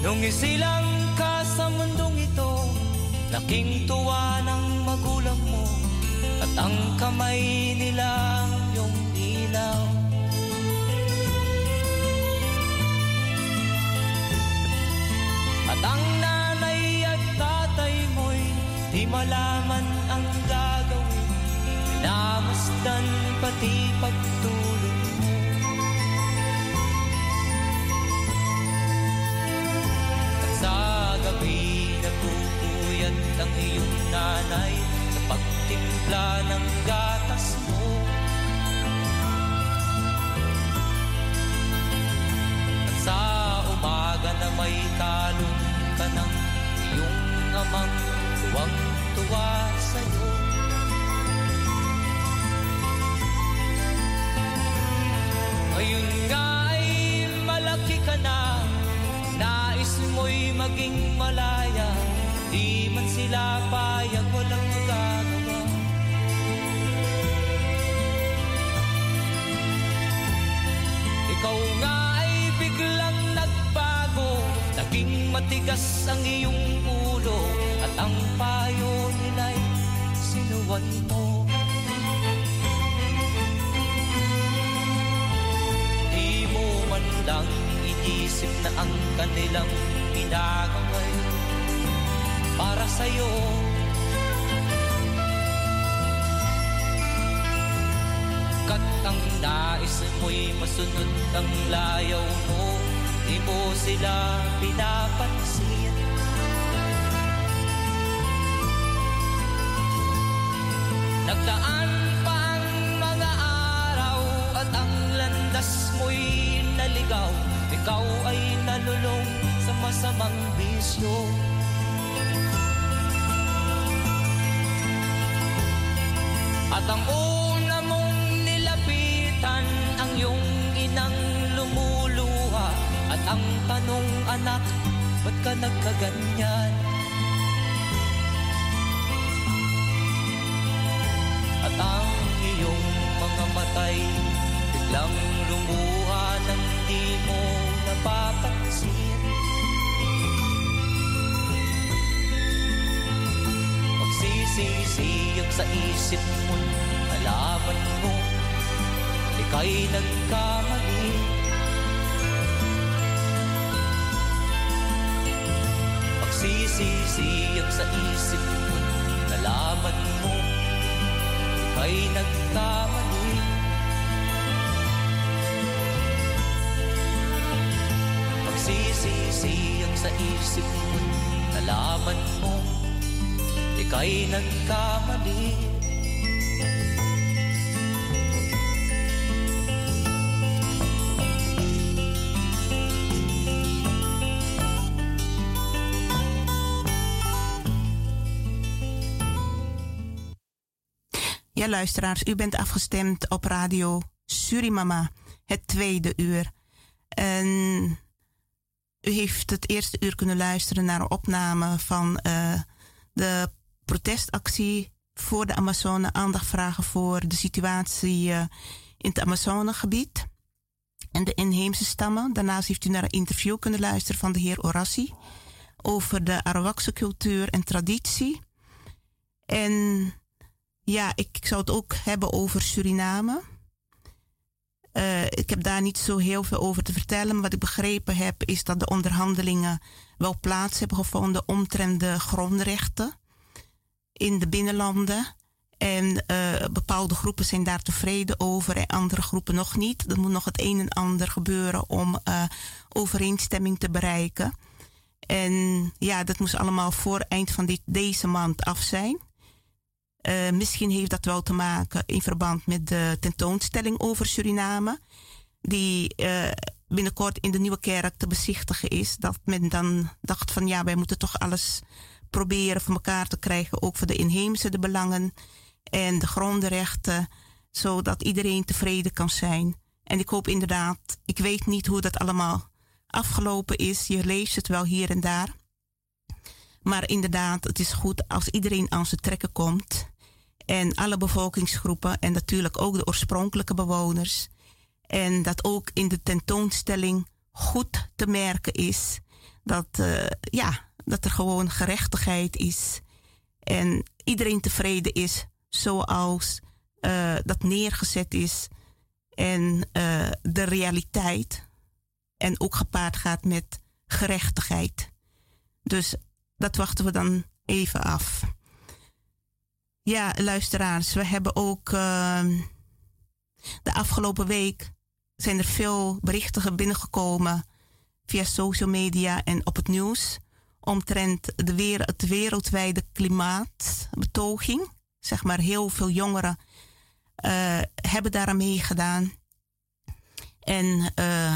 Nung isilang ka sa mundong ito, laking tuwa ng magulang mo, at ang kamay nila yung ilaw. At ang nanay at tatay mo'y di malaman ang gagawin, pinamasdan pati pagtulog mo. At sa gabi nagpupuyat ang iyong nanay sa pagtimpla ng gatas mo. At sa umaga na may talong ka ng iyong amang tuwang-tuwa sa'yo. Ngayon nga ay malaki ka na, nais mo'y maging malaya, di man sila payag, walang magagawa. Ikaw nga ay biglang nagbago, naging matigas ang iyong ulo, at ang payo nila'y sinuwan mo. Di mo man lang inisip na ang kanilang ginagaway para sa'yo. Kat ang nais mo'y masunod ang layaw mo, di mo sila pinapansin. Nagdaan pa ang mga araw at ang landas mo'y naligaw, ikaw ay nalulong sa masamang bisyo. At ang una mong nilapitan ang iyong inang lumuluha, at ang tanong, anak, ba't ka nagkaganyan? At ang iyong mga matay biglang lumuha nang di mo napapansin. Magsisisiyag sa isip mo, nalaman mo ika'y nagkamali. Magsisisiyag sa isip mo, nalaman mo ika'y nagkamali. Magsisisiyag sa isip mo, nalaman mo ika'y nagkamali. Ja, luisteraars, u bent afgestemd op Radio Surimama, het tweede uur. En u heeft het eerste uur kunnen luisteren naar een opname van de protestactie voor de Amazone. Aandacht vragen voor de situatie in het Amazonegebied en de inheemse stammen. Daarnaast heeft u naar een interview kunnen luisteren van de heer Orassi over de Arawakse cultuur en traditie. En ja, ik zou het ook hebben over Suriname. Ik heb daar niet zo heel veel over te vertellen. Maar wat ik begrepen heb is dat de onderhandelingen wel plaats hebben gevonden omtrent de grondrechten in de binnenlanden. En bepaalde groepen zijn daar tevreden over en andere groepen nog niet. Er moet nog het een en ander gebeuren om overeenstemming te bereiken. En ja, dat moest allemaal voor eind van deze maand af zijn. Misschien heeft dat wel te maken in verband met de tentoonstelling over Suriname, die binnenkort in de Nieuwe Kerk te bezichtigen is. Dat men dan dacht van ja, wij moeten toch alles proberen voor elkaar te krijgen, ook voor de inheemse, de belangen en de grondrechten, zodat iedereen tevreden kan zijn. En ik hoop inderdaad, ik weet niet hoe dat allemaal afgelopen is. Je leest het wel hier en daar. Maar inderdaad, het is goed als iedereen aan zijn trekken komt. En alle bevolkingsgroepen en natuurlijk ook de oorspronkelijke bewoners. En dat ook in de tentoonstelling goed te merken is Dat, dat er gewoon gerechtigheid is. En iedereen tevreden is zoals dat neergezet is. En de realiteit. En ook gepaard gaat met gerechtigheid. Dus dat wachten we dan even af. Ja, luisteraars, we hebben ook de afgelopen week zijn er veel berichten binnengekomen via social media en op het nieuws omtrent het wereldwijde klimaatbetoging. Zeg maar, heel veel jongeren hebben daaraan meegedaan. En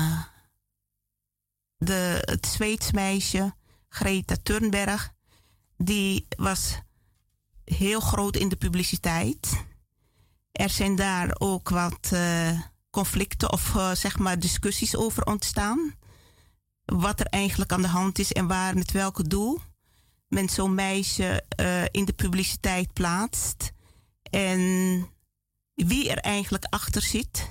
het Zweeds meisje Greta Thunberg, die was heel groot in de publiciteit. Er zijn daar ook wat conflicten of zeg maar discussies over ontstaan. Wat er eigenlijk aan de hand is en waar, met welk doel men zo'n meisje in de publiciteit plaatst. En wie er eigenlijk achter zit.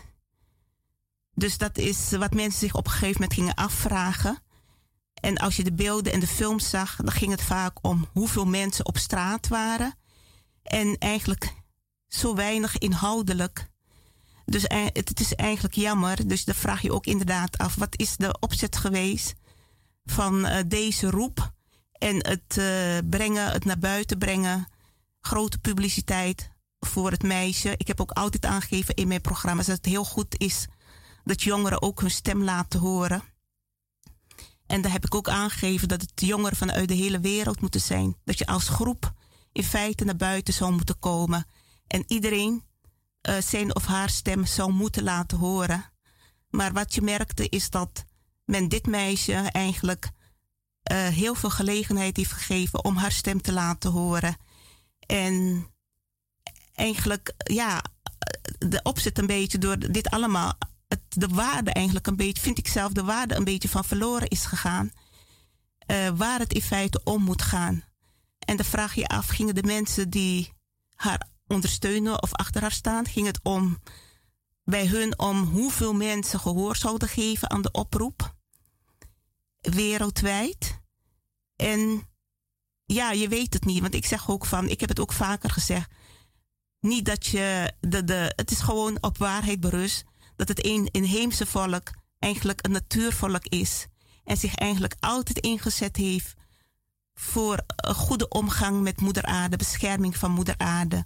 Dus dat is wat mensen zich op een gegeven moment gingen afvragen. En als je de beelden en de films zag, dan ging het vaak om hoeveel mensen op straat waren. En eigenlijk zo weinig inhoudelijk. Dus het is eigenlijk jammer. Dus dan vraag je ook inderdaad af, wat is de opzet geweest van deze roep? En het naar buiten brengen, grote publiciteit voor het meisje. Ik heb ook altijd aangegeven in mijn programma's dat het heel goed is dat jongeren ook hun stem laten horen. En daar heb ik ook aangegeven dat het jongeren vanuit de hele wereld moeten zijn. Dat je als groep in feite naar buiten zou moeten komen. En iedereen zijn of haar stem zou moeten laten horen. Maar wat je merkte is dat men dit meisje eigenlijk heel veel gelegenheid heeft gegeven om haar stem te laten horen. En eigenlijk, ja, de opzet een beetje door dit allemaal, de waarde eigenlijk een beetje, vind ik zelf, de waarde een beetje van verloren is gegaan. Waar het in feite om moet gaan. En dan vraag je af, gingen de mensen die haar ondersteunen of achter haar staan, ging het bij hun om hoeveel mensen gehoor zouden geven aan de oproep? Wereldwijd. En ja, je weet het niet, want ik zeg ook van, ik heb het ook vaker gezegd, niet dat je, het is gewoon op waarheid berust, dat het inheemse volk eigenlijk een natuurvolk is en zich eigenlijk altijd ingezet heeft voor een goede omgang met moeder aarde, bescherming van moeder aarde.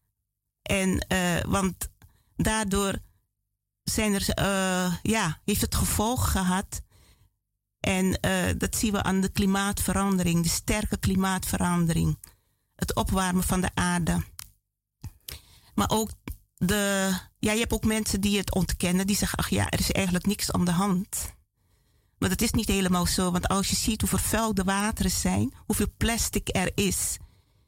En want daardoor heeft het gevolg gehad. En dat zien we aan de klimaatverandering, de sterke klimaatverandering. Het opwarmen van de aarde. Maar ook je hebt ook mensen die het ontkennen, die zeggen, ach ja, er is eigenlijk niks aan de hand. Maar dat is niet helemaal zo, want als je ziet hoe vervuilde wateren zijn, hoeveel plastic er is.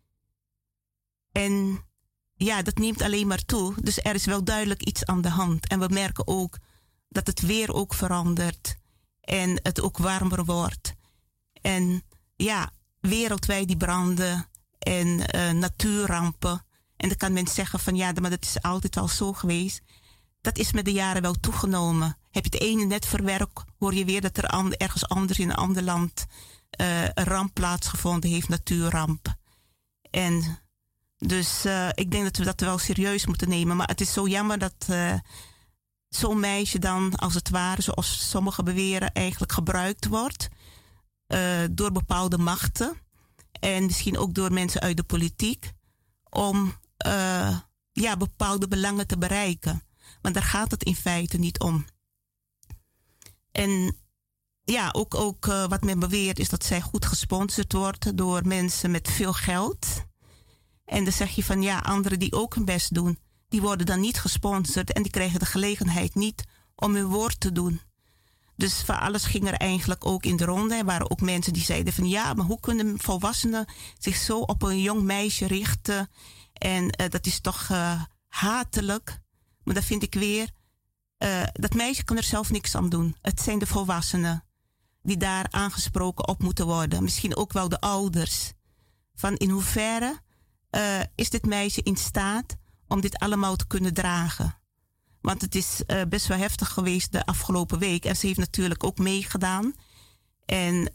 En ja, dat neemt alleen maar toe. Dus er is wel duidelijk iets aan de hand. En we merken ook dat het weer ook verandert. En het ook warmer wordt. En ja, wereldwijd die branden en natuurrampen. En dan kan men zeggen van ja, maar dat is altijd al zo geweest. Dat is met de jaren wel toegenomen. Heb je het ene net verwerkt, hoor je weer dat er ergens anders in een ander land een ramp plaatsgevonden heeft, natuurramp. En dus ik denk dat we dat wel serieus moeten nemen. Maar het is zo jammer dat zo'n meisje dan, als het ware, zoals sommigen beweren, eigenlijk gebruikt wordt door bepaalde machten. En misschien ook door mensen uit de politiek. Om bepaalde belangen te bereiken. Maar daar gaat het in feite niet om. En ja, ook wat men beweert is dat zij goed gesponsord wordt door mensen met veel geld. En dan zeg je van ja, anderen die ook hun best doen, die worden dan niet gesponsord en die krijgen de gelegenheid niet om hun woord te doen. Dus van alles ging er eigenlijk ook in de ronde. Er waren ook mensen die zeiden van ja, maar hoe kunnen volwassenen zich zo op een jong meisje richten? En dat is toch hatelijk. Maar dat vind ik weer, dat meisje kan er zelf niks aan doen. Het zijn de volwassenen die daar aangesproken op moeten worden. Misschien ook wel de ouders. Van in hoeverre is dit meisje in staat om dit allemaal te kunnen dragen? Want het is best wel heftig geweest de afgelopen week. En ze heeft natuurlijk ook meegedaan. En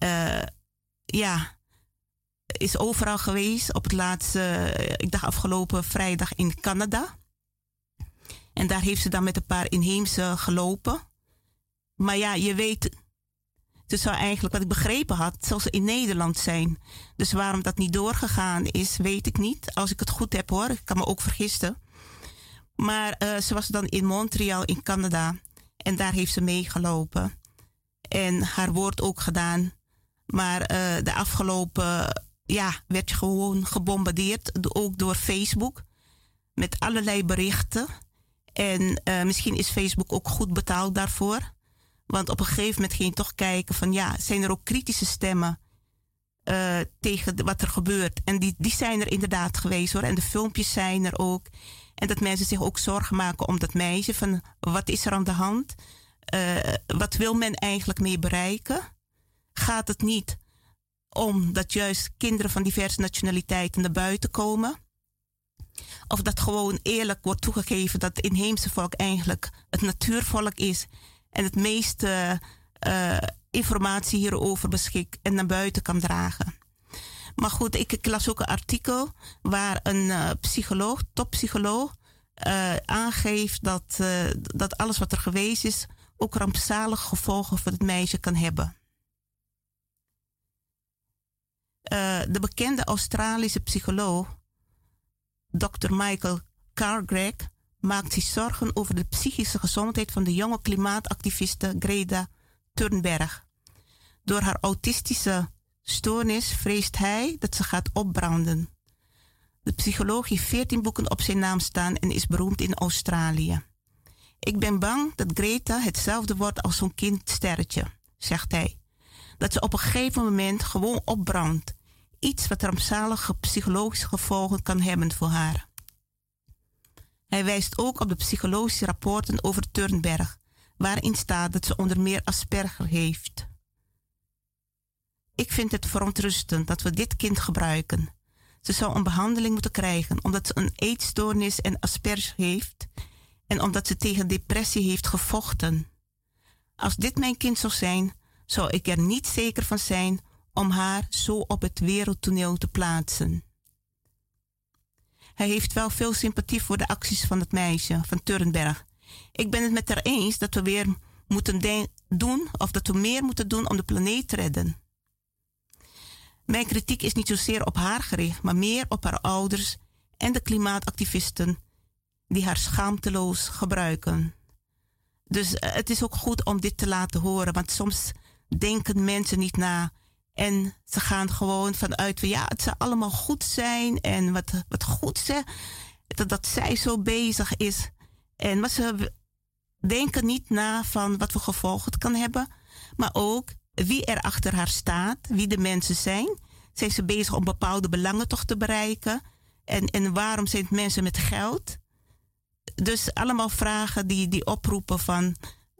is overal geweest. Op het laatste, ik dacht afgelopen vrijdag in Canada. En daar heeft ze dan met een paar inheemse gelopen. Maar ja, je weet, het zou eigenlijk, wat ik begrepen had, zelfs in Nederland zijn. Dus waarom dat niet doorgegaan is, weet ik niet. Als ik het goed heb hoor, ik kan me ook vergissen. Maar ze was dan in Montreal in Canada. En daar heeft ze meegelopen. En haar woord ook gedaan. Maar de afgelopen, werd je gewoon gebombardeerd. Ook door Facebook. Met allerlei berichten. En misschien is Facebook ook goed betaald daarvoor. Want op een gegeven moment ging je toch kijken van zijn er ook kritische stemmen tegen wat er gebeurt. En die zijn er inderdaad geweest hoor. En de filmpjes zijn er ook. En dat mensen zich ook zorgen maken om dat meisje. Van wat is er aan de hand? Wat wil men eigenlijk mee bereiken? Gaat het niet om dat juist kinderen van diverse nationaliteiten naar buiten komen? Of dat gewoon eerlijk wordt toegegeven dat het inheemse volk eigenlijk het natuurvolk is. En het meeste informatie hierover beschikt en naar buiten kan dragen. Maar goed, ik las ook een artikel waar een psycholoog, toppsycholoog, aangeeft dat alles wat er geweest is ook rampzalige gevolgen voor het meisje kan hebben. De bekende Australische psycholoog, Dr. Michael Cargregg, maakt zich zorgen over de psychische gezondheid van de jonge klimaatactiviste Greta Thunberg. Door haar autistische stoornis vreest hij dat ze gaat opbranden. De psycholoog heeft 14 boeken op zijn naam staan en is beroemd in Australië. Ik ben bang dat Greta hetzelfde wordt als zo'n kindsterretje, zegt hij. Dat ze op een gegeven moment gewoon opbrandt. Iets wat rampzalige psychologische gevolgen kan hebben voor haar. Hij wijst ook op de psychologische rapporten over Thunberg, waarin staat dat ze onder meer Asperger heeft. Ik vind het verontrustend dat we dit kind gebruiken. Ze zou een behandeling moeten krijgen omdat ze een eetstoornis en Asperger heeft en omdat ze tegen depressie heeft gevochten. Als dit mijn kind zou zijn, zou ik er niet zeker van zijn om haar zo op het wereldtoneel te plaatsen. Hij heeft wel veel sympathie voor de acties van het meisje, van Thunberg. Ik ben het met haar eens dat we weer moeten doen, of dat we meer moeten doen om de planeet te redden. Mijn kritiek is niet zozeer op haar gericht, maar meer op haar ouders en de klimaatactivisten die haar schaamteloos gebruiken. Dus het is ook goed om dit te laten horen, want soms denken mensen niet na en ze gaan gewoon vanuit van het zou allemaal goed zijn en wat goed ze, dat zij zo bezig is. Maar ze denken niet na van wat voor gevolgen het kan hebben, maar ook wie er achter haar staat, wie de mensen zijn. Zijn ze bezig om bepaalde belangen toch te bereiken? En waarom zijn het mensen met geld? Dus allemaal vragen die oproepen van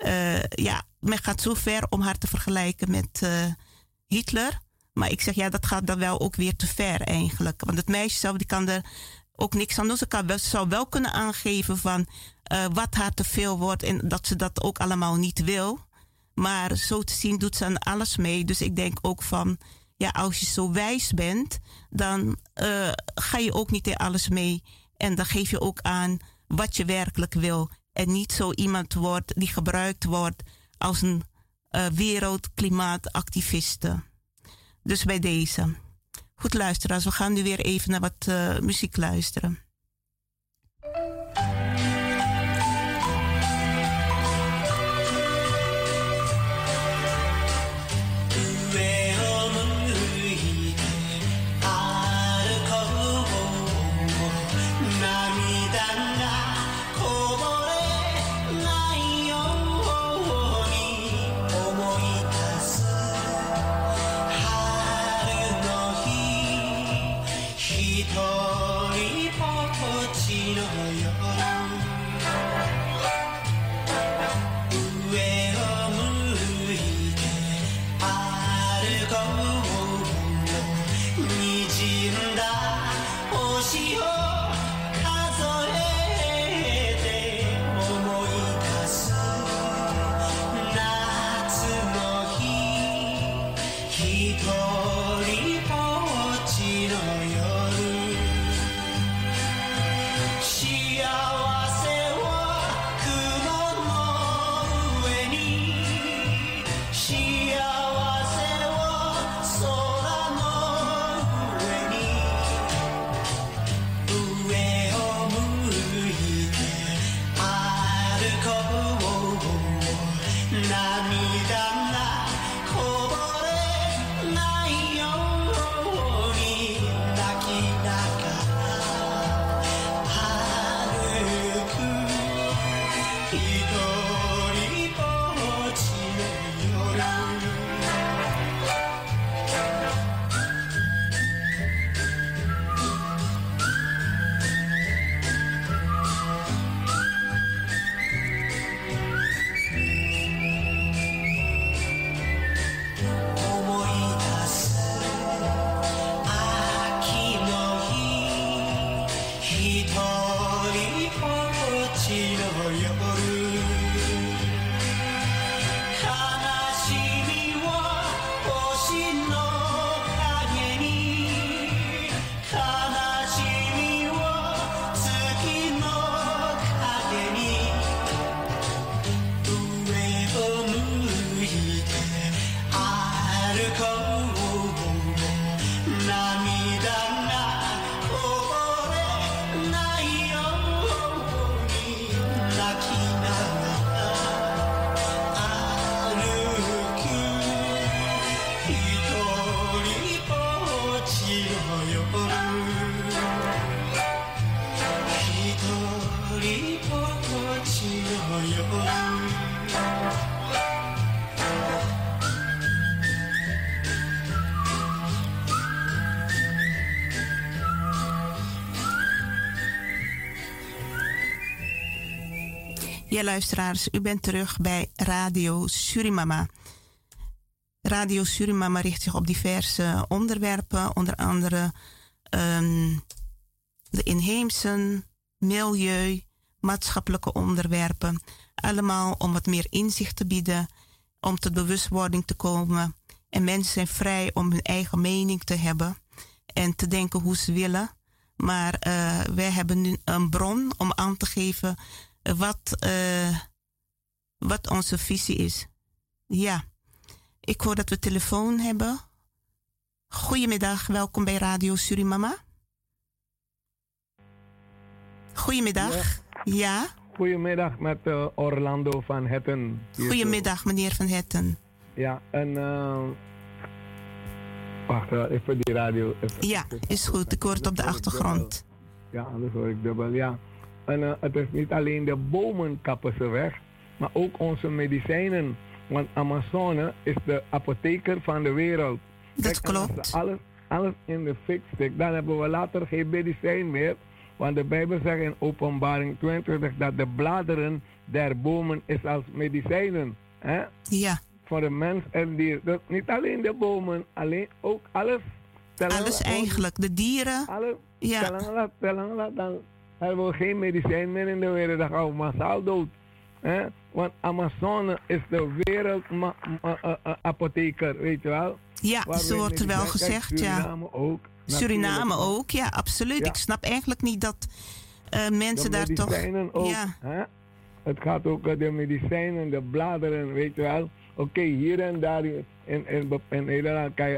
men gaat zo ver om haar te vergelijken met Hitler. Maar ik zeg dat gaat dan wel ook weer te ver eigenlijk. Want het meisje zelf die kan er ook niks aan doen. Ze zou wel kunnen aangeven van wat haar te veel wordt en dat ze dat ook allemaal niet wil. Maar zo te zien doet ze aan alles mee. Dus ik denk ook van als je zo wijs bent, dan ga je ook niet in alles mee. En dan geef je ook aan wat je werkelijk wil. En niet zo iemand wordt die gebruikt wordt als een wereldklimaatactiviste. Dus bij deze. Goed luisteraars, we gaan nu weer even naar wat muziek luisteren. Hori Ja, luisteraars, u bent terug bij Radio Surimama. Radio Surimama richt zich op diverse onderwerpen, onder andere de inheemse, milieu, maatschappelijke onderwerpen. Allemaal om wat meer inzicht te bieden, om tot bewustwording te komen. En mensen zijn vrij om hun eigen mening te hebben en te denken hoe ze willen. Maar wij hebben nu een bron om aan te geven wat onze visie is. Ja, ik hoor dat we telefoon hebben. Goedemiddag, welkom bij Radio Surimama. Goedemiddag. Ja. Goedemiddag met Orlando van Hetten. Goedemiddag, meneer Van Hetten. Ja, en wacht even die radio. Ja, is goed. Ik hoor het op de achtergrond. Ja, anders hoor ik dubbel, ja. En het is niet alleen de bomen kappen ze weg, maar ook onze medicijnen. Want Amazone is de apotheker van de wereld. Dat Kijk, klopt. Als alles in de fik stikt, dan hebben we later geen medicijn meer. Want de Bijbel zegt in Openbaring 22 dat de bladeren der bomen is als medicijnen. Hè? Ja. Voor de mens en dier. Dus niet alleen de bomen, alleen ook alles. Alles eigenlijk, de dieren. Alles. Ja. Dan hebben we geen medicijn meer in de wereld. Dan gaan we massaal dood. Want Amazone is de wereldapotheker, weet je wel. Ja, zo wordt er wel gezegd, Suriname ja. ook. Suriname ook, ja, absoluut. Ja. Ik snap eigenlijk niet dat mensen daar toch... De medicijnen ook, ja. Hè? Het gaat ook de medicijnen, de bladeren, weet je wel. Oké, hier en daar in Nederland kan je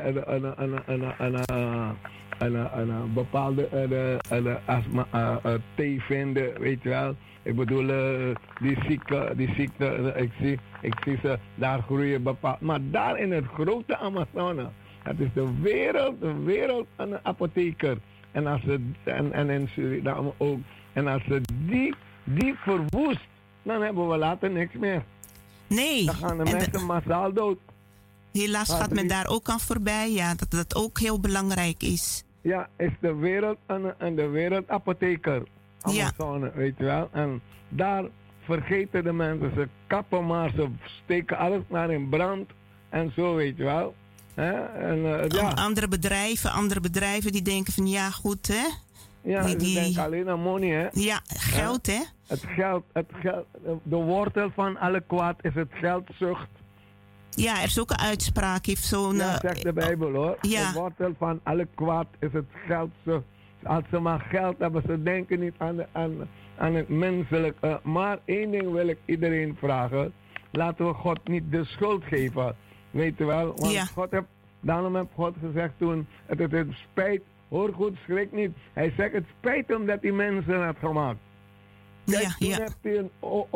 een bepaalde astma thee vinden, weet je wel. Ik bedoel, die ziekte, ik zie ze daar groeien bepaald. Maar daar in het grote Amazone, het is de wereld aan een apotheker. En als ze, en in Suriname ook. En als ze die verwoest, dan hebben we later niks meer. Nee. Dan gaan de mensen massaal dood. Helaas gaat men daar ook aan voorbij, ja, dat ook heel belangrijk is. Ja, is de wereld en de wereldapotheker. Amazone, ja. Weet je wel. En daar vergeten de mensen, ze kappen maar, ze steken alles maar in brand en zo, weet je wel. En, ja. Andere bedrijven die denken van ja, goed hè. Ja, ze denken alleen aan money hè. Ja, geld hè. Het geld, de wortel van alle kwaad is het geldzucht. Ja, er is ook een uitspraak. Heeft zo'n, ja, zegt de Bijbel hoor. Ja. De wortel van alle kwaad is het geldzucht. Als ze maar geld hebben, ze denken niet aan het menselijke. Maar één ding wil ik iedereen vragen. Laten we God niet de schuld geven. Weet je wel? Want ja. Daarom heeft God gezegd toen, het spijt, hoor goed, schrik niet. Hij zegt, het spijt hem dat hij mensen had gemaakt. Kijk, ja, toen ja. heeft hij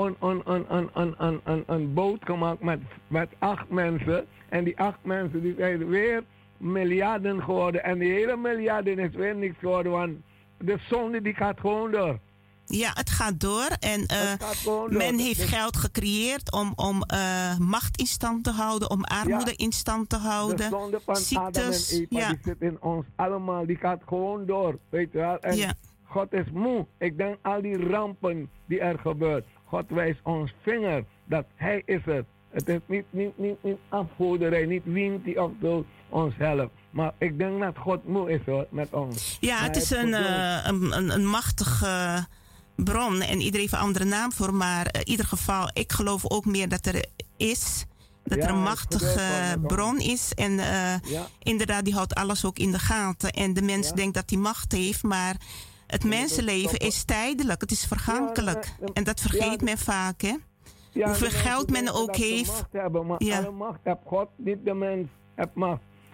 een boot gemaakt met 8 mensen. En die 8 mensen die zijn weer miljarden geworden. En die hele miljarden is weer niks geworden. Want de zonde die gaat gewoon door. Ja, het gaat door. En men heeft geld gecreëerd om macht in stand te houden. Om armoede in stand te houden. De zonde van ziektes. Adam en Eva, die zit in ons allemaal. Die gaat gewoon door. Weet je wel. En God is moe. Ik denk al die rampen die er gebeuren. God wijst ons vinger dat hij is het. Het is niet afgoderij, niet wint die of zo ons helpt. Maar ik denk dat God moe is hoor, met ons. Ja, het is een machtige bron en iedereen heeft een andere naam voor. Maar in ieder geval, ik geloof ook meer dat er is. Dat er een machtige bron is. En inderdaad, die houdt alles ook in de gaten. En de mens denkt dat hij macht heeft, maar het mensenleven is tijdelijk. Het is vergankelijk. En dat vergeet men vaak, hè? Ja, hoeveel geld men ook heeft. Macht hebben, maar alle macht heeft God, niet de mens heeft macht.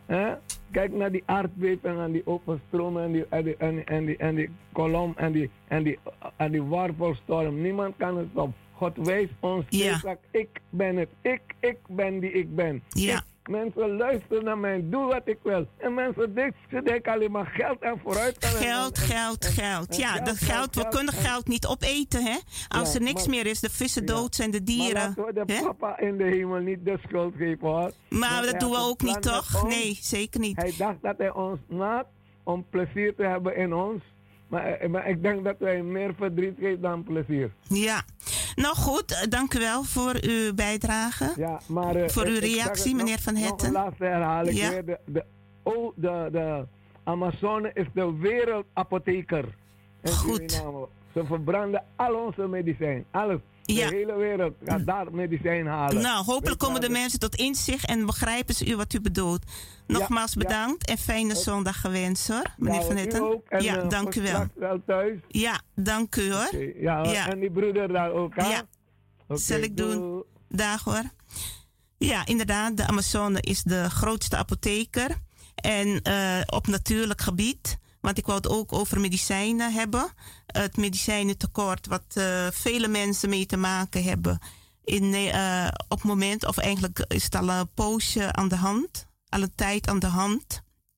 Kijk naar die aardbeving en die overstromen en die kolom en die warpelstorm. Niemand kan het op. God wijst ons steeds. Ik ben het. Ik ben die ik ben. Ja. Mensen luisteren naar mij, doe wat ik wil. En mensen denken alleen maar geld en vooruit. Geld. Ja, dat geld, we kunnen geld niet opeten, hè? Als er niks meer is, de vissen dood zijn, de dieren. Maar laten we de papa in de hemel niet de schuld geven, hoor. Maar dat doen we ook niet, toch? Nee, zeker niet. Hij dacht dat hij ons maakt om plezier te hebben in ons. Maar ik denk dat hij meer verdriet geeft dan plezier. Ja. Nou goed, dank u wel voor uw bijdrage. Ja, maar, voor uw reactie, meneer Van Hetten. Nog een laatste herhaling. Ja. De Amazone is de wereldapotheker. Goed. Ze verbranden al onze medicijn. Alles. Ja. De hele wereld gaat daar medicijn halen. Nou, hopelijk komen de mensen tot inzicht en begrijpen ze wat u bedoelt. Nogmaals bedankt en fijne zondag gewenst, hoor, meneer Van Hetten. Ja, dank u wel. Wel thuis. Ja, dank u, hoor. Okay. Ja, en die broeder daar ook, hè? Ja, zal ik doen. Dag, hoor. Ja, inderdaad, de Amazone is de grootste apotheker. En op natuurlijk gebied. Want ik wou het ook over medicijnen hebben. Het medicijnentekort, wat vele mensen mee te maken hebben. Op het moment, of eigenlijk is het al een poosje aan de hand. Al een tijd aan de hand.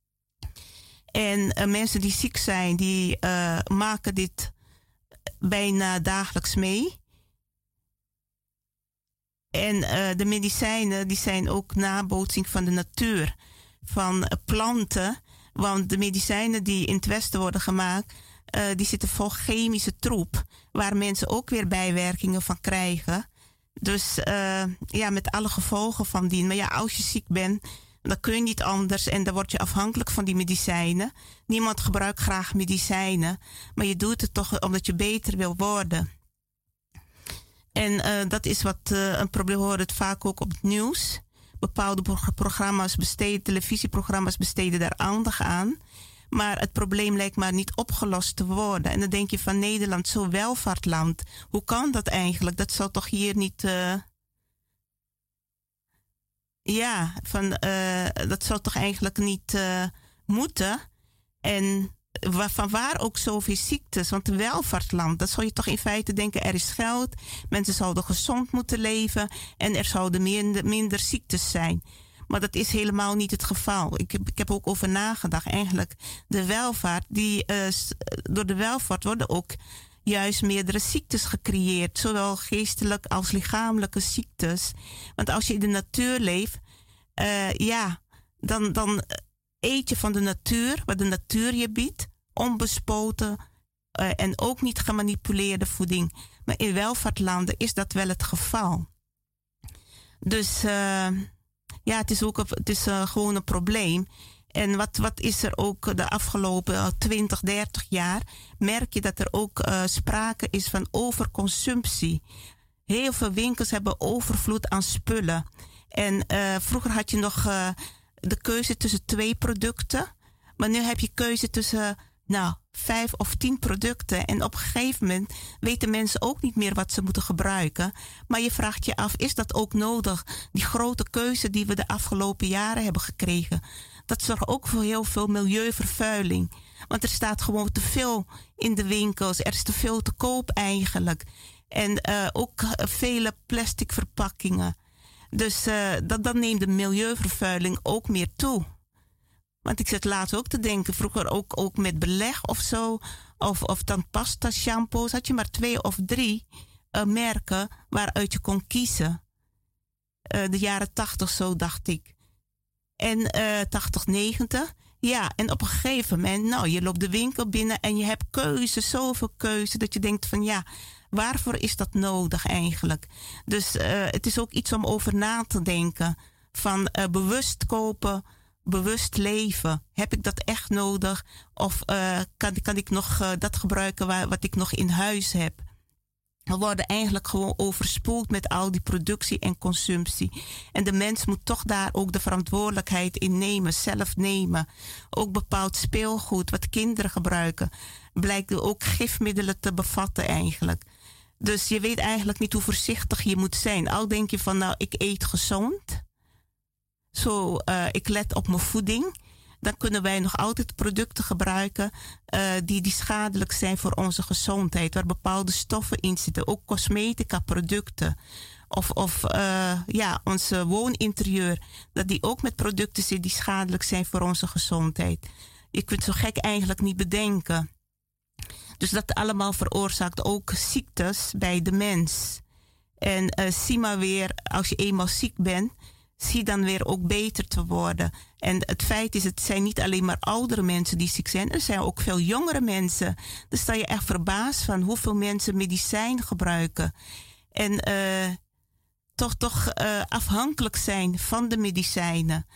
En mensen die ziek zijn, die maken dit bijna dagelijks mee. En de medicijnen, die zijn ook nabootsing van de natuur. Van planten. Want de medicijnen die in het Westen worden gemaakt, die zitten vol chemische troep. Waar mensen ook weer bijwerkingen van krijgen. Dus met alle gevolgen van dien. Maar ja, als je ziek bent, dan kun je niet anders. En dan word je afhankelijk van die medicijnen. Niemand gebruikt graag medicijnen. Maar je doet het toch omdat je beter wil worden. En dat is wat een probleem. We horen het vaak ook op het nieuws. Bepaalde programma's televisieprogramma's besteden daar aandacht aan. Maar het probleem lijkt maar niet opgelost te worden. En dan denk je van Nederland, zo'n welvaartland. Hoe kan dat eigenlijk? Dat zal toch hier niet... dat zou toch eigenlijk niet moeten. En van waar ook zoveel ziektes. Want een welvaartland, dat zou je toch in feite denken, er is geld. Mensen zouden gezond moeten leven. En er zouden minder ziektes zijn. Maar dat is helemaal niet het geval. Ik heb ook over nagedacht. Eigenlijk de welvaart, door de welvaart worden ook juist meerdere ziektes gecreëerd. Zowel geestelijk als lichamelijke ziektes. Want als je in de natuur leeft, dan eet je van de natuur, wat de natuur je biedt, onbespoten en ook niet gemanipuleerde voeding. Maar in welvaartlanden is dat wel het geval. Dus het is gewoon een probleem. En wat is er ook de afgelopen 20, 30 jaar, merk je dat er ook sprake is van overconsumptie. Heel veel winkels hebben overvloed aan spullen. En vroeger had je nog de keuze tussen 2 producten. Maar nu heb je keuze tussen 5 of 10 producten. En op een gegeven moment weten mensen ook niet meer wat ze moeten gebruiken. Maar je vraagt je af, is dat ook nodig? Die grote keuze die we de afgelopen jaren hebben gekregen. Dat zorgt ook voor heel veel milieuvervuiling. Want er staat gewoon te veel in de winkels. Er is te veel te koop eigenlijk. En ook vele plastic verpakkingen. Dus dan neemt de milieuvervuiling ook meer toe. Want ik zat laatst ook te denken, vroeger ook met beleg of zo. Of dan pasta, shampoos. Had je maar 2 of 3 merken waaruit je kon kiezen. De jaren 80 zo, dacht ik. En 80, 90. Ja, en op een gegeven moment, je loopt de winkel binnen en je hebt keuze, zoveel keuze, dat je denkt van waarvoor is dat nodig eigenlijk? Dus het is ook iets om over na te denken. Van bewust kopen, bewust leven. Heb ik dat echt nodig? Of kan ik nog dat gebruiken wat ik nog in huis heb? We worden eigenlijk gewoon overspoeld met al die productie en consumptie. En de mens moet toch daar ook de verantwoordelijkheid in nemen, zelf nemen. Ook bepaald speelgoed wat kinderen gebruiken, blijkt ook gifmiddelen te bevatten eigenlijk. Dus je weet eigenlijk niet hoe voorzichtig je moet zijn. Al denk je van ik eet gezond. ik let op mijn voeding, dan kunnen wij nog altijd producten gebruiken die schadelijk zijn voor onze gezondheid, waar bepaalde stoffen in zitten, ook cosmetica producten. Of onze wooninterieur, dat die ook met producten zit die schadelijk zijn voor onze gezondheid. Je kunt zo gek eigenlijk niet bedenken. Dus dat allemaal veroorzaakt ook ziektes bij de mens. En zie maar weer, als je eenmaal ziek bent, zie dan weer ook beter te worden. En het feit is, het zijn niet alleen maar oudere mensen die ziek zijn. Er zijn ook veel jongere mensen. Dus sta je echt verbaasd van hoeveel mensen medicijn gebruiken. En toch afhankelijk zijn van de medicijnen.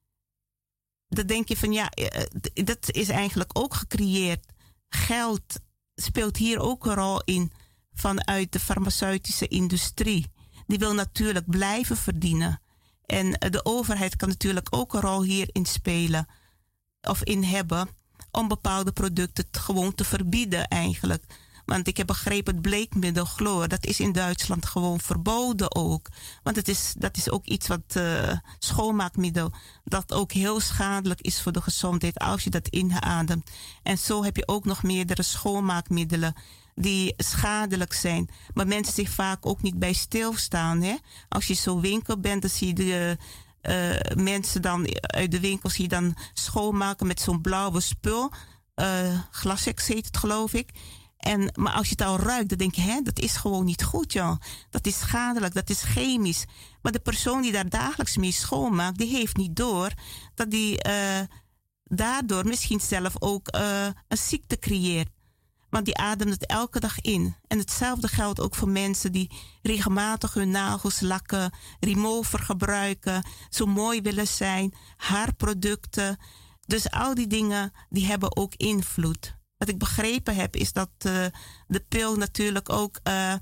Dan denk je van dat is eigenlijk ook gecreëerd. Geld speelt hier ook een rol in vanuit de farmaceutische industrie. Die wil natuurlijk blijven verdienen. En de overheid kan natuurlijk ook een rol hierin spelen of in hebben om bepaalde producten gewoon te verbieden eigenlijk. Want ik heb begrepen, het bleekmiddel chloor, dat is in Duitsland gewoon verboden ook. Want dat is ook iets wat schoonmaakmiddel, dat ook heel schadelijk is voor de gezondheid als je dat inademt. En zo heb je ook nog meerdere schoonmaakmiddelen die schadelijk zijn. Maar mensen zich vaak ook niet bij stilstaan. Hè? Als je zo'n winkel bent, dan zie je de mensen dan uit de winkels die dan schoonmaken met zo'n blauwe spul. Glasex heet het, geloof ik. Maar als je het al ruikt, dan denk je, dat is gewoon niet goed, joh. Dat is schadelijk, dat is chemisch. Maar de persoon die daar dagelijks mee schoonmaakt, die heeft niet door dat die daardoor misschien zelf ook een ziekte creëert. Want die ademt het elke dag in. En hetzelfde geldt ook voor mensen die regelmatig hun nagels lakken, remover gebruiken, zo mooi willen zijn, haarproducten. Dus al die dingen, die hebben ook invloed. Wat ik begrepen heb, is dat de pil natuurlijk ook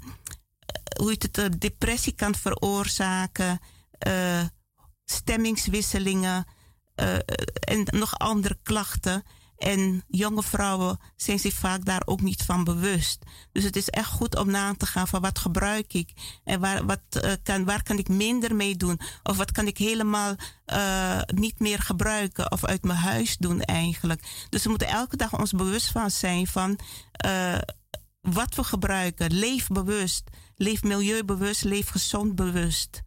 depressie kan veroorzaken, stemmingswisselingen en nog andere klachten. En jonge vrouwen zijn zich vaak daar ook niet van bewust. Dus het is echt goed om na te gaan van wat gebruik ik en waar kan ik minder mee doen, of wat kan ik helemaal niet meer gebruiken of uit mijn huis doen eigenlijk. Dus we moeten elke dag ons bewust van zijn van wat we gebruiken. Leef bewust, leef milieubewust, leef gezond bewust.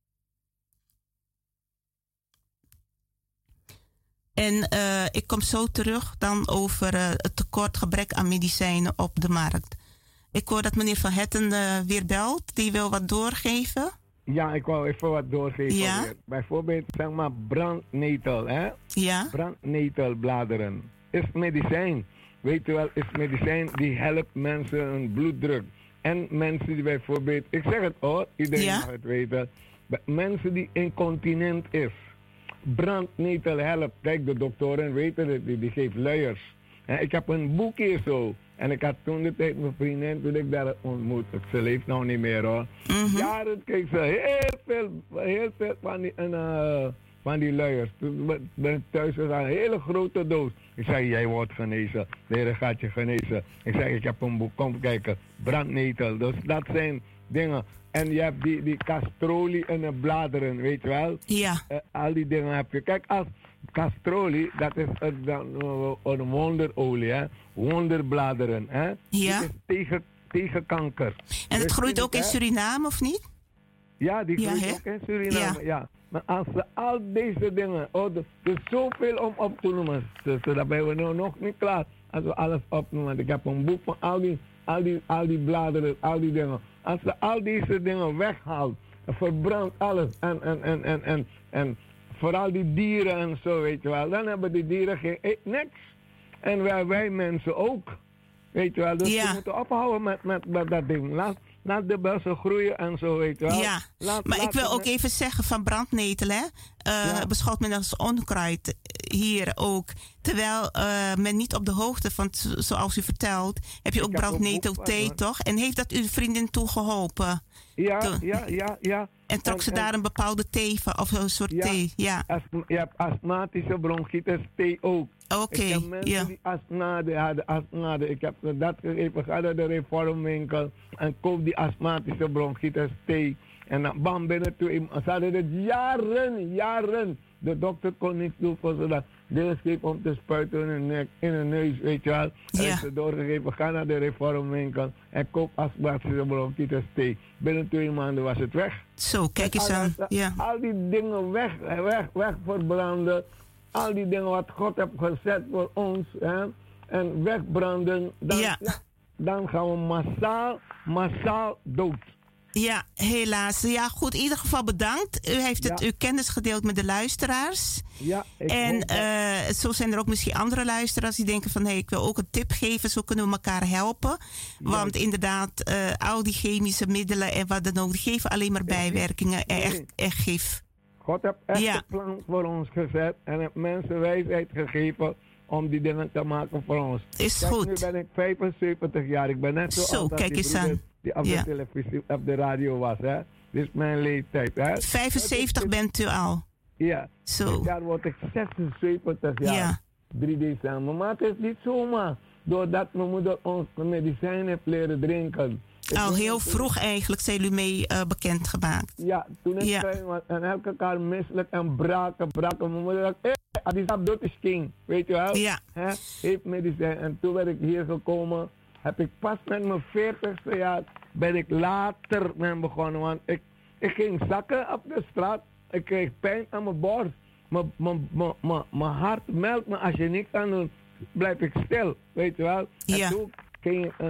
En ik kom zo terug dan over het tekort gebrek aan medicijnen op de markt. Ik hoor dat meneer Van Hetten weer belt. Die wil wat doorgeven. Ja, ik wou even wat doorgeven. Ja? Bijvoorbeeld, zeg maar, brandnetel. Hè? Ja. Brandnetelbladeren. Is medicijn. Weet je wel, is medicijn die helpt mensen hun bloeddruk. En mensen die bijvoorbeeld, ik zeg het hoor, iedereen mag het weten. Mensen die incontinent is. Brandnetel helpt. Kijk, de doktoren weten het, die geeft luiers. Ik heb een boekje zo. En ik had toen de tijd mijn vriendin, toen ik daar ontmoet. Ze leeft nou niet meer hoor. Mm-hmm. Jaren kreeg ze heel veel van die luiers. Toen ben ik thuis gegaan, een hele grote doos. Ik zei, jij wordt genezen. De Heer gaat je genezen. Ik zei, ik heb een boek, kom kijken. Brandnetel. Dus dat zijn dingen. En je hebt die castroli en de bladeren, weet je wel? Ja. Al die dingen heb je. Kijk, als castroli, dat is een wonderolie, hè? Wonderbladeren, hè? Ja. Die is tegen kanker. En het dus groeit ook in Suriname, of niet? Ja, die groeit ook in Suriname, ja. Maar als ze al deze dingen, er is zoveel om op te noemen. Daar zijn we nog niet klaar. Als we alles opnoemen. Ik heb een boek van al die bladeren, al die dingen. Als ze al deze dingen weghaalt, verbrandt alles en vooral die dieren en zo, weet je wel, dan hebben die dieren niks. En wij mensen ook, weet je wel. Dus we moeten ophouden met dat ding. Laat de bessen groeien en zo, weet je wel. Ja, maar ik wil ook even zeggen van brandnetel, hè. Beschouwt men als onkruid hier ook. Terwijl men niet op de hoogte van, zoals u vertelt, heb je ook brandnetelthee, toch? En heeft dat uw vriendin toegeholpen? Ja. En trok ze daar een bepaalde thee van, of een soort thee? Ja. Je hebt astmatische bronchitis thee ook. Oké, ik heb mensen die astmade. Ik heb dat gegeven, ga naar de reformwinkel en koop die astmatische bronchitis thee. En dan bam, binnen toe. Ze hadden het jaren De dokter kon niets doen voor ze dat. Deelscheep om te spuiten in hun nek, in hun neus, weet je wel. En Ja. ik ze doorgegeven, ga naar de reformwinkel en koop asbestos thee. Binnen 2 maanden was het weg. Zo, kijk eens aan. Ja. Al die dingen weg verbranden. Al die dingen wat God heeft gezet voor ons. Hè, en wegbranden. Dan gaan we massaal dood. Ja, helaas. Ja, goed. In ieder geval bedankt. U heeft uw kennis gedeeld met de luisteraars. Ja, en zo zijn er ook misschien andere luisteraars die denken van... ik wil ook een tip geven, zo kunnen we elkaar helpen. Want inderdaad, al die chemische middelen en wat dan ook... die geven alleen maar bijwerkingen en echt gif. God heeft echt een plan voor ons gezet en heeft mensen wijsheid gegeven... om die dingen te maken voor ons. Is goed. Nu ben ik 75 jaar. Ik ben net zo oud als kijk eens aan. Die op de televisie, op de radio was. Hè? Dit is mijn leeftijd. Hè? 75 bent u al. Ja. Zo. Dit jaar word ik 76 jaar. Ja. 3 december. Maar het is niet zomaar. Doordat mijn moeder ons medicijnen heeft leren drinken. Al heel vroeg eigenlijk zijn jullie mee bekendgemaakt. Ja, toen ik klein was. En elkaar misselijk en braken. Mijn moeder dacht, die is dood is king. Weet je wel? Ja. Heeft medicijn. En toen ben ik hier gekomen. Heb ik pas met mijn 40ste jaar. Ben ik later mee begonnen. Want ik ging zakken op de straat. Ik kreeg pijn aan mijn borst. Mijn hart meldt me. Als je niks aan doet, blijf ik stil. Weet je wel? Ja. En toen ging ik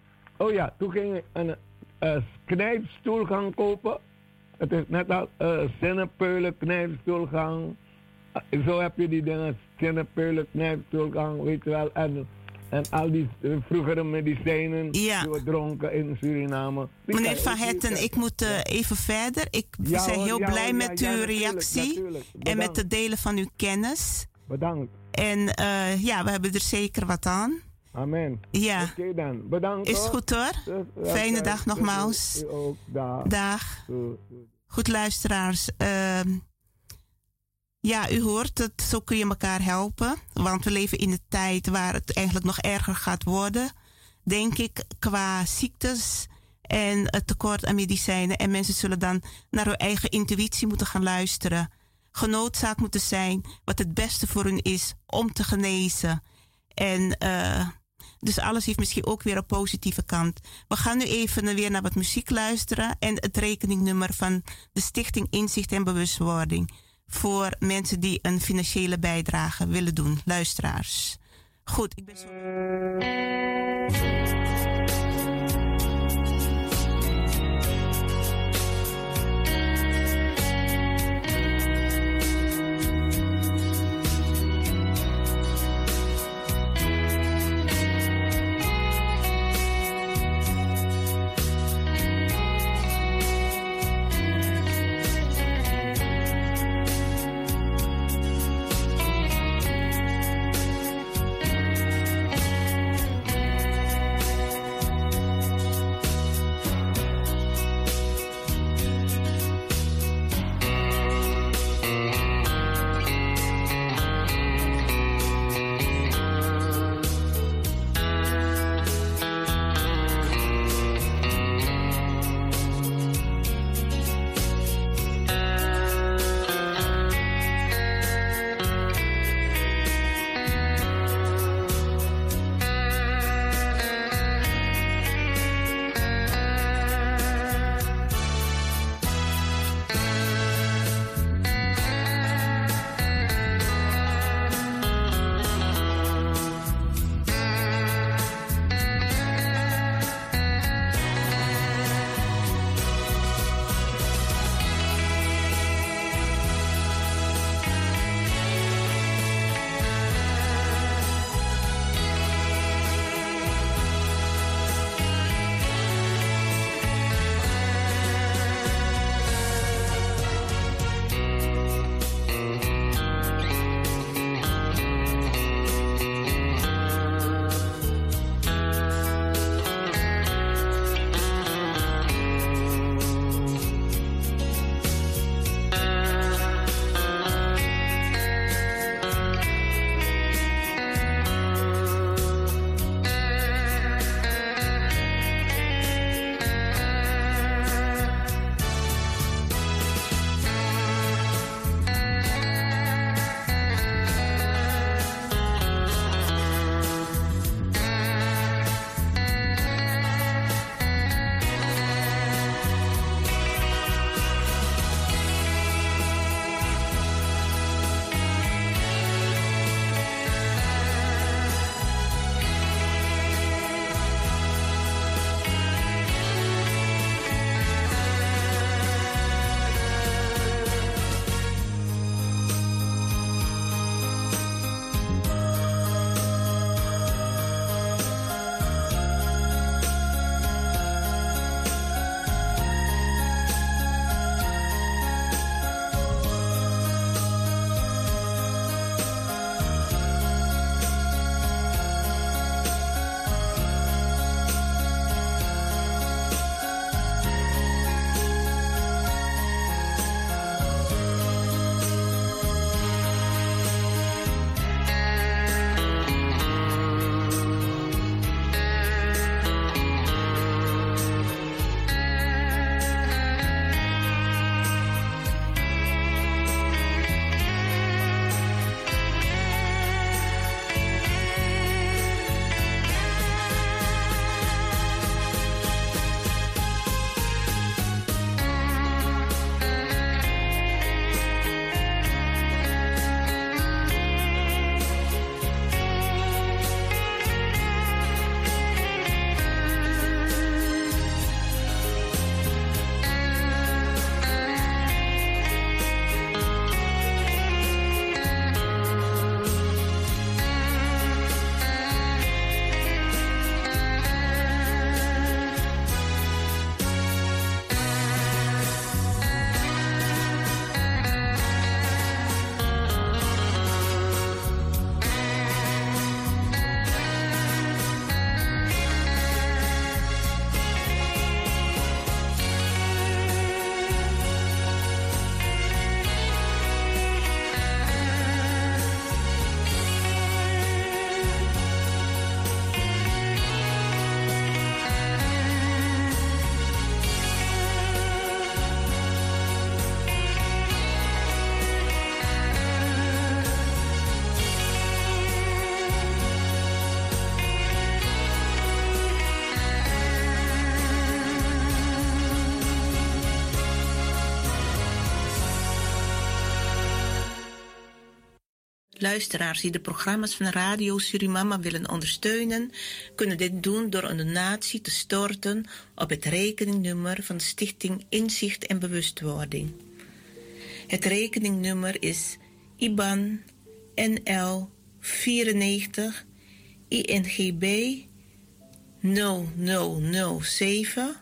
een knijpstoel gaan kopen. Het is net als zinnenpeulen, knijpstoelgang. Zo heb je die dingen, zinnenpeulen, knijpstoelgang, weet je wel. En al die vroegere medicijnen die we dronken in Suriname. Meneer Van Hetten, ik moet even verder. Ik ben heel blij met uw reactie. Natuurlijk. En met het delen van uw kennis. Bedankt. En we hebben er zeker wat aan. Amen. Ja. Oké dan. Bedankt. Is goed hoor. Fijne dag nogmaals. Ook, dag. Goed luisteraars. Ja, u hoort het. Zo kun je elkaar helpen. Want we leven in een tijd waar het eigenlijk nog erger gaat worden. Denk ik, qua ziektes en het tekort aan medicijnen. En mensen zullen dan naar hun eigen intuïtie moeten gaan luisteren. Genoodzaakt moeten zijn wat het beste voor hun is om te genezen. En dus alles heeft misschien ook weer een positieve kant. We gaan nu even weer naar wat muziek luisteren. En het rekeningnummer van de Stichting Inzicht en Bewustwording. Voor mensen die een financiële bijdrage willen doen. Luisteraars. Goed, ik ben zo... Luisteraars die de programma's van Radio Surimama willen ondersteunen, kunnen dit doen door een donatie te storten op het rekeningnummer van de Stichting Inzicht en Bewustwording. Het rekeningnummer is IBAN NL 94 INGB 0007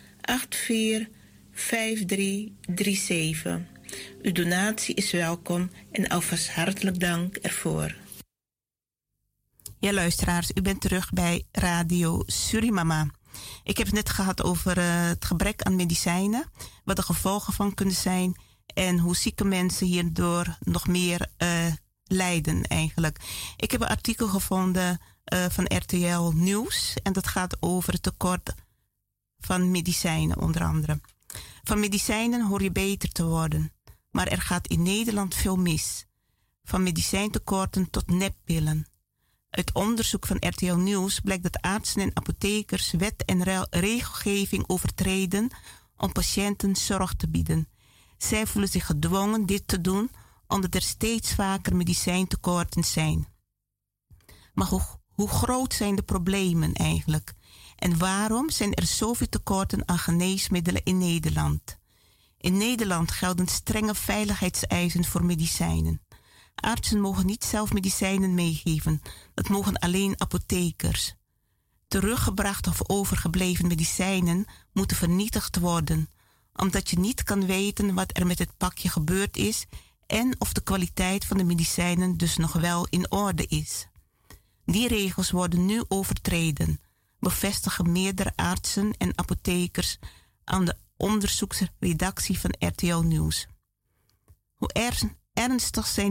845337. Uw donatie is welkom en alvast hartelijk dank ervoor. Ja, luisteraars, u bent terug bij Radio Surimama. Ik heb het net gehad over het gebrek aan medicijnen, wat de gevolgen van kunnen zijn en hoe zieke mensen hierdoor nog meer lijden eigenlijk. Ik heb een artikel gevonden van RTL Nieuws en dat gaat over het tekort van medicijnen onder andere. Van medicijnen hoor je beter te worden, maar er gaat in Nederland veel mis. Van medicijntekorten tot neppillen. Uit onderzoek van RTL Nieuws blijkt dat artsen en apothekers wet en regelgeving overtreden om patiënten zorg te bieden. Zij voelen zich gedwongen dit te doen omdat er steeds vaker medicijntekorten zijn. Maar hoe groot zijn de problemen eigenlijk? En waarom zijn er zoveel tekorten aan geneesmiddelen in Nederland? In Nederland gelden strenge veiligheidseisen voor medicijnen. Artsen mogen niet zelf medicijnen meegeven. Dat mogen alleen apothekers. Teruggebrachte of overgebleven medicijnen moeten vernietigd worden, omdat je niet kan weten wat er met het pakje gebeurd is en of de kwaliteit van de medicijnen dus nog wel in orde is. Die regels worden nu overtreden, bevestigen meerdere artsen en apothekers aan de onderzoeksredactie van RTL Nieuws. Hoe ernstig zijn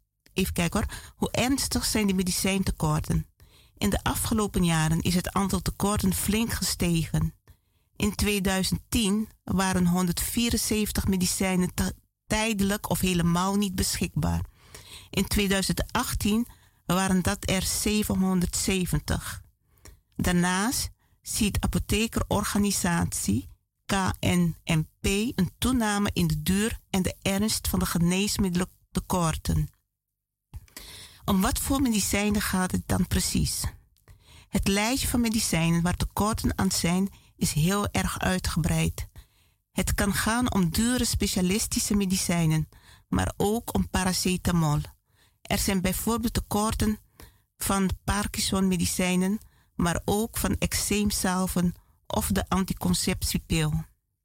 die medicijntekorten? In de afgelopen jaren is het aantal tekorten flink gestegen. In 2010 waren 174 medicijnen tijdelijk of helemaal niet beschikbaar. In 2018 waren dat er 770. Daarnaast ziet apothekerorganisatie KNMP een toename in de duur en de ernst van de geneesmiddelentekorten. Om wat voor medicijnen gaat het dan precies? Het lijstje van medicijnen waar tekorten aan zijn is heel erg uitgebreid. Het kan gaan om dure specialistische medicijnen, maar ook om paracetamol. Er zijn bijvoorbeeld tekorten van Parkinson-medicijnen, maar ook van eczeemsalven of de anticonceptiepil.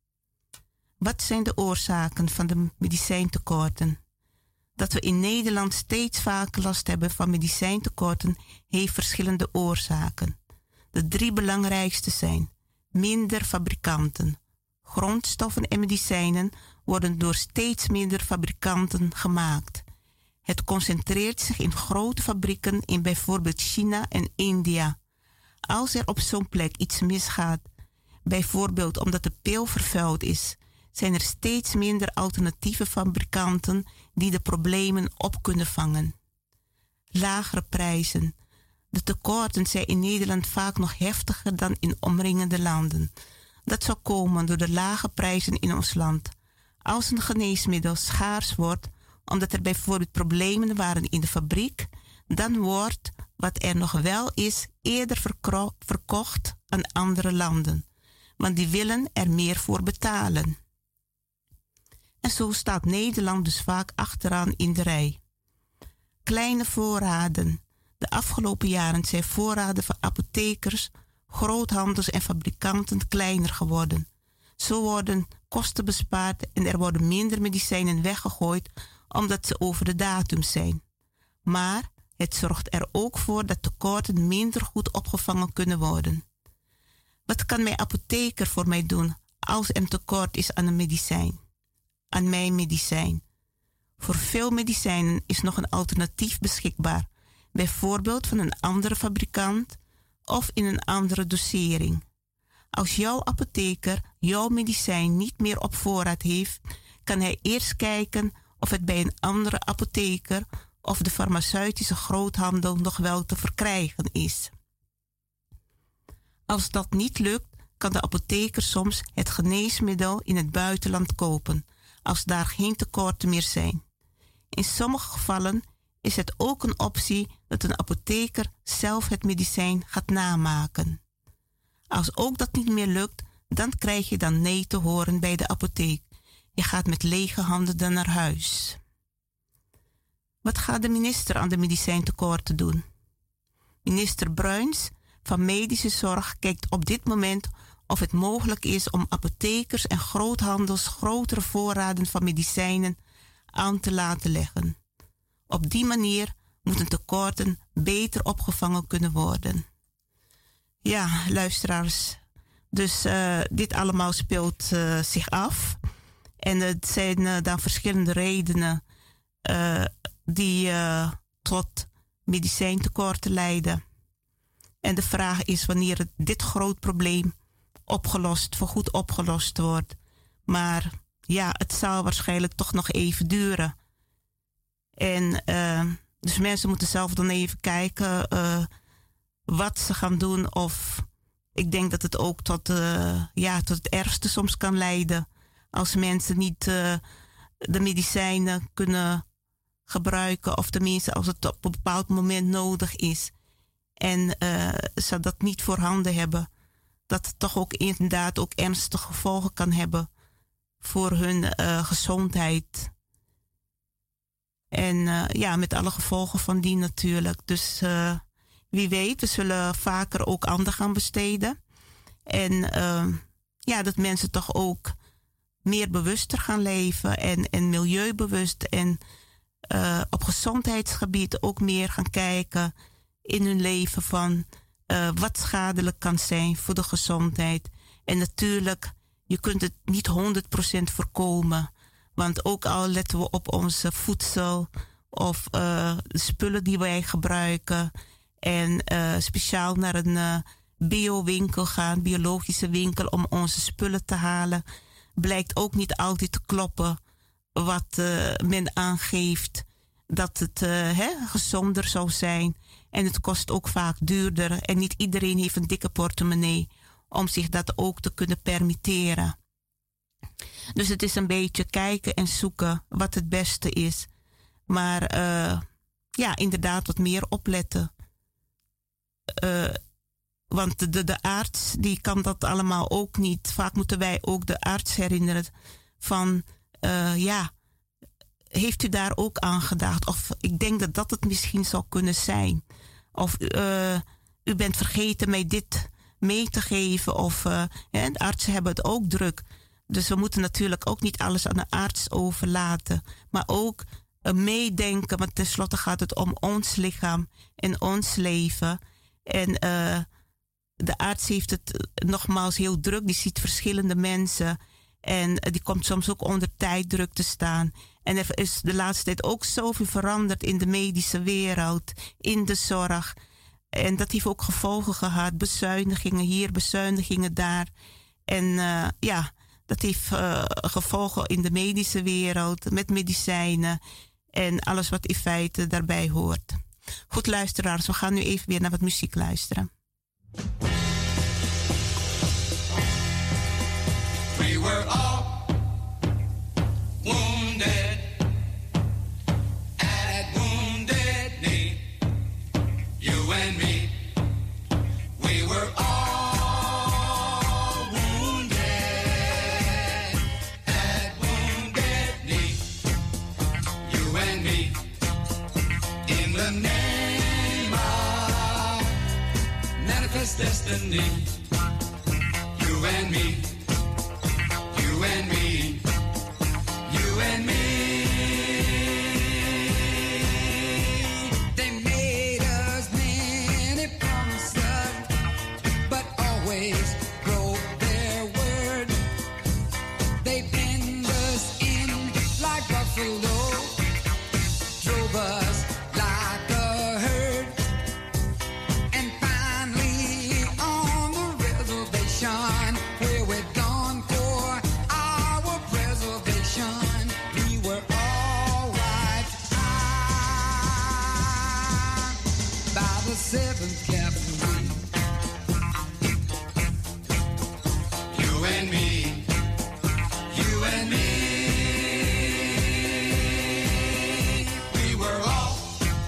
Wat zijn de oorzaken van de medicijntekorten? Dat we in Nederland steeds vaker last hebben van medicijntekorten heeft verschillende oorzaken. De 3 belangrijkste zijn: minder fabrikanten. Grondstoffen en medicijnen worden door steeds minder fabrikanten gemaakt. Het concentreert zich in grote fabrieken in bijvoorbeeld China en India. Als er op zo'n plek iets misgaat, bijvoorbeeld omdat de pil vervuild is, zijn er steeds minder alternatieve fabrikanten die de problemen op kunnen vangen. Lagere prijzen. De tekorten zijn in Nederland vaak nog heftiger dan in omringende landen. Dat zal komen door de lage prijzen in ons land. Als een geneesmiddel schaars wordt, omdat er bijvoorbeeld problemen waren in de fabriek, dan wordt wat er nog wel is eerder verkocht aan andere landen. Want die willen er meer voor betalen. En zo staat Nederland dus vaak achteraan in de rij. Kleine voorraden. De afgelopen jaren zijn voorraden van apothekers, groothandels en fabrikanten kleiner geworden. Zo worden kosten bespaard en er worden minder medicijnen weggegooid omdat ze over de datum zijn. Maar het zorgt er ook voor dat tekorten minder goed opgevangen kunnen worden. Wat kan mijn apotheker voor mij doen als er een tekort is aan een medicijn? Aan mijn medicijn. Voor veel medicijnen is nog een alternatief beschikbaar, bijvoorbeeld van een andere fabrikant of in een andere dosering. Als jouw apotheker jouw medicijn niet meer op voorraad heeft, kan hij eerst kijken of het bij een andere apotheker of de farmaceutische groothandel nog wel te verkrijgen is. Als dat niet lukt, kan de apotheker soms het geneesmiddel in het buitenland kopen, als daar geen tekorten meer zijn. In sommige gevallen is het ook een optie dat een apotheker zelf het medicijn gaat namaken. Als ook dat niet meer lukt, dan krijg je dan nee te horen bij de apotheek. Je gaat met lege handen dan naar huis. Wat gaat de minister aan de medicijntekorten doen? Minister Bruins van Medische Zorg kijkt op dit moment of het mogelijk is om apothekers en groothandels grotere voorraden van medicijnen aan te laten leggen. Op die manier moeten tekorten beter opgevangen kunnen worden. Ja, luisteraars, dus dit allemaal speelt zich af. En het zijn dan verschillende redenen die tot medicijntekorten leiden. En de vraag is wanneer dit groot probleem voorgoed opgelost wordt. Maar ja, het zal waarschijnlijk toch nog even duren. En dus mensen moeten zelf dan even kijken wat ze gaan doen. Of ik denk dat het ook tot het ergste soms kan leiden. Als mensen niet de medicijnen kunnen gebruiken. Of tenminste als het op een bepaald moment nodig is. En ze dat niet voorhanden hebben. Dat het toch ook inderdaad ook ernstige gevolgen kan hebben voor hun gezondheid. En met alle gevolgen van die natuurlijk. Dus wie weet, we zullen vaker ook aandacht gaan besteden. En dat mensen toch ook meer bewuster gaan leven en milieubewust. En op gezondheidsgebied ook meer gaan kijken in hun leven van wat schadelijk kan zijn voor de gezondheid. En natuurlijk, je kunt het niet 100% voorkomen. Want ook al letten we op onze voedsel of de spullen die wij gebruiken. En speciaal naar een biowinkel gaan, biologische winkel, om onze spullen te halen. Blijkt ook niet altijd te kloppen wat men aangeeft dat het gezonder zou zijn. En het kost ook vaak duurder. En niet iedereen heeft een dikke portemonnee om zich dat ook te kunnen permitteren. Dus het is een beetje kijken en zoeken wat het beste is. Maar inderdaad wat meer opletten. Want de arts die kan dat allemaal ook niet. Vaak moeten wij ook de arts herinneren van heeft u daar ook aan gedacht? Of ik denk dat het misschien zou kunnen zijn. Of u bent vergeten mij dit mee te geven. Of de artsen hebben het ook druk. Dus we moeten natuurlijk ook niet alles aan de arts overlaten. Maar ook meedenken, want tenslotte gaat het om ons lichaam en ons leven. En de arts heeft het nogmaals heel druk. Die ziet verschillende mensen. En die komt soms ook onder tijddruk te staan. En er is de laatste tijd ook zoveel veranderd in de medische wereld, in de zorg. En dat heeft ook gevolgen gehad. Bezuinigingen hier, bezuinigingen daar. En dat heeft gevolgen in de medische wereld, met medicijnen en alles wat in feite daarbij hoort. Goed, luisteraars, we gaan nu even weer naar wat muziek luisteren. We were all wounded at Wounded Knee. You and me, we were all wounded at Wounded Knee. You and me, in the name of manifest destiny. You and me. You and me, you and me. They made us many promises, but always broke their word. They penned us in like buffalo, drove us like a herd, and finally on the reservation where we're gone for our preservation, we were all wiped out by the 7th Cavalry. You and me, you and me, we were all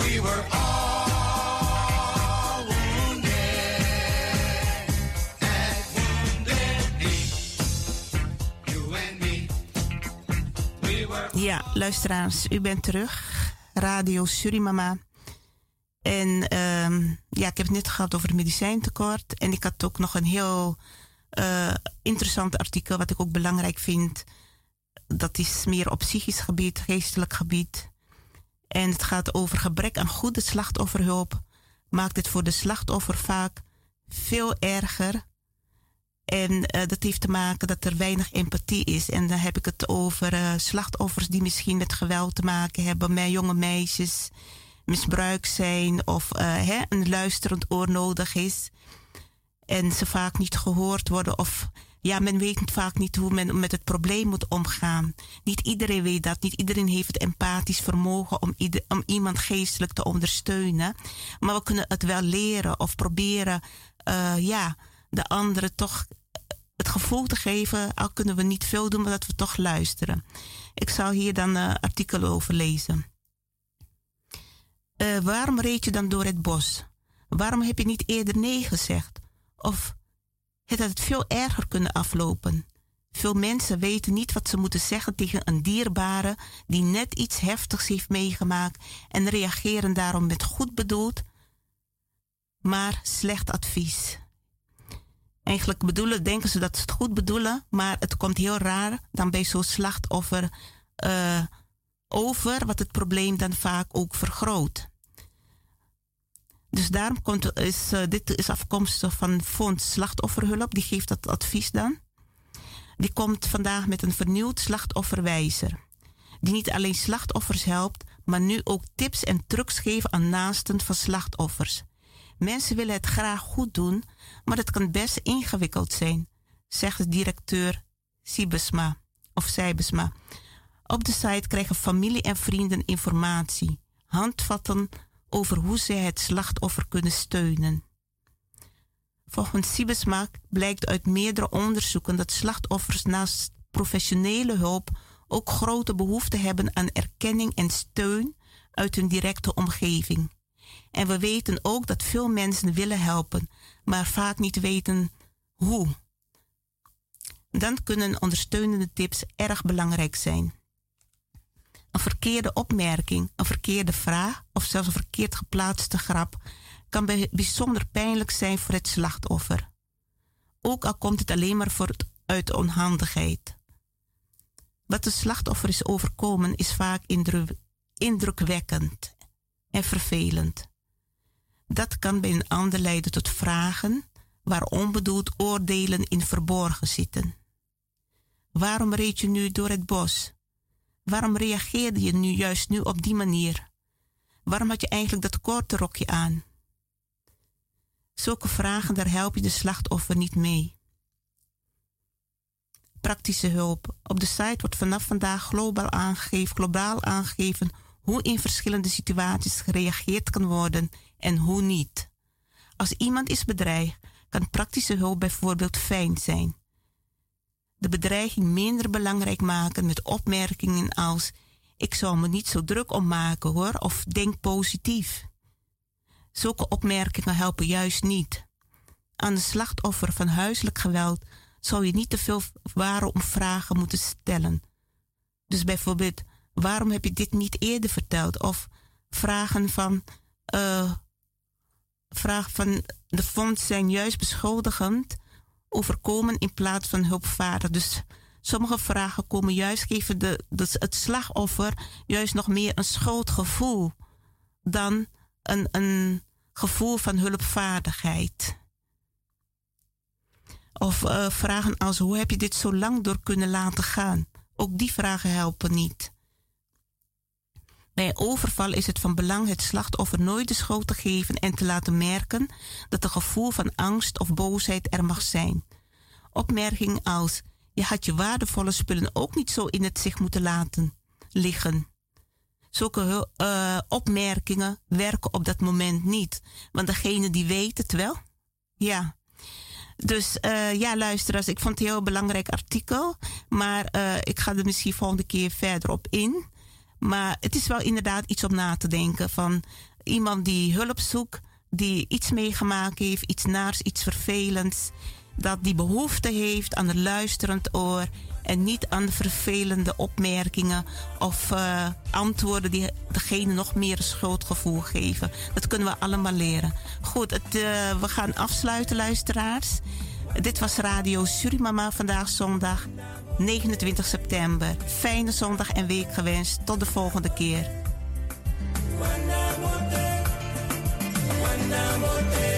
We were all wounded at Wounded Knee. You and me. We were. Ja, luisteraars, u bent terug. Radio Surimama. En ja, ik heb het net gehad over het medicijntekort. En ik had ook nog een heel interessant artikel, wat ik ook belangrijk vind. Dat is meer op psychisch gebied, geestelijk gebied. En het gaat over gebrek aan goede slachtofferhulp. Maakt het voor de slachtoffer vaak veel erger. En dat heeft te maken dat er weinig empathie is. En dan heb ik het over slachtoffers die misschien met geweld te maken hebben. Met jonge meisjes, misbruikt zijn of een luisterend oor nodig is. En ze vaak niet gehoord worden of ja, men weet vaak niet hoe men met het probleem moet omgaan. Niet iedereen weet dat. Niet iedereen heeft het empathisch vermogen om iemand geestelijk te ondersteunen. Maar we kunnen het wel leren of proberen de anderen toch het gevoel te geven. Al kunnen we niet veel doen, maar dat we toch luisteren. Ik zal hier dan een artikel over lezen. Waarom reed je dan door het bos? Waarom heb je niet eerder nee gezegd? Of het had veel erger kunnen aflopen. Veel mensen weten niet wat ze moeten zeggen tegen een dierbare die net iets heftigs heeft meegemaakt en reageren daarom met goed bedoeld, maar slecht advies. Eigenlijk denken ze dat ze het goed bedoelen, maar het komt heel raar dan bij zo'n slachtoffer over, wat het probleem dan vaak ook vergroot. Dus daarom dit is afkomstig van Fonds Slachtofferhulp, die geeft dat advies dan. Die komt vandaag met een vernieuwd slachtofferwijzer, die niet alleen slachtoffers helpt, maar nu ook tips en trucs geven aan naasten van slachtoffers. Mensen willen het graag goed doen, maar het kan best ingewikkeld zijn, zegt de directeur Sibesma. Op de site krijgen familie en vrienden informatie, handvatten over hoe zij het slachtoffer kunnen steunen. Volgens Sibesma blijkt uit meerdere onderzoeken dat slachtoffers naast professionele hulp ook grote behoefte hebben aan erkenning en steun uit hun directe omgeving. En we weten ook dat veel mensen willen helpen, maar vaak niet weten hoe. Dan kunnen ondersteunende tips erg belangrijk zijn. Een verkeerde opmerking, een verkeerde vraag of zelfs een verkeerd geplaatste grap kan bijzonder pijnlijk zijn voor het slachtoffer. Ook al komt het alleen maar uit onhandigheid. Wat de slachtoffer is overkomen is vaak indrukwekkend en vervelend. Dat kan bij een ander leiden tot vragen waar onbedoeld oordelen in verborgen zitten. Waarom reed je nu door het bos? Waarom reageerde je juist nu op die manier? Waarom had je eigenlijk dat korte rokje aan? Zulke vragen, daar help je de slachtoffer niet mee. Praktische hulp. Op de site wordt vanaf vandaag globaal aangegeven hoe in verschillende situaties gereageerd kan worden en hoe niet. Als iemand is bedreigd, kan praktische hulp bijvoorbeeld fijn zijn. De bedreiging minder belangrijk maken met opmerkingen als: ik zou me niet zo druk om maken hoor, of denk positief. Zulke opmerkingen helpen juist niet. Aan de slachtoffer van huiselijk geweld zou je niet te veel waarom vragen moeten stellen. Dus bijvoorbeeld: waarom heb je dit niet eerder verteld? Of vragen van de fonds zijn juist beschuldigend overkomen in plaats van hulpvaardig. Dus sommige vragen komen juist, geven het slachtoffer juist nog meer een schuldgevoel dan een gevoel van hulpvaardigheid. Of vragen als: hoe heb je dit zo lang door kunnen laten gaan? Ook die vragen helpen niet. Bij een overval is het van belang het slachtoffer nooit de schuld te geven en te laten merken dat een gevoel van angst of boosheid er mag zijn. Opmerkingen als: je had je waardevolle spullen ook niet zo in het zicht moeten laten liggen. Zulke opmerkingen werken op dat moment niet, want degene die weet het wel. Ja. Dus luisteraars, ik vond het een heel belangrijk artikel, maar ik ga er misschien volgende keer verder op in. Maar het is wel inderdaad iets om na te denken. Van iemand die hulp zoekt, die iets meegemaakt heeft, iets naars, iets vervelends. Dat die behoefte heeft aan een luisterend oor. En niet aan vervelende opmerkingen of antwoorden die degene nog meer een schuldgevoel geven. Dat kunnen we allemaal leren. Goed, we gaan afsluiten, luisteraars. Dit was Radio Surimama, vandaag zondag 29 september. Fijne zondag en week gewenst. Tot de volgende keer.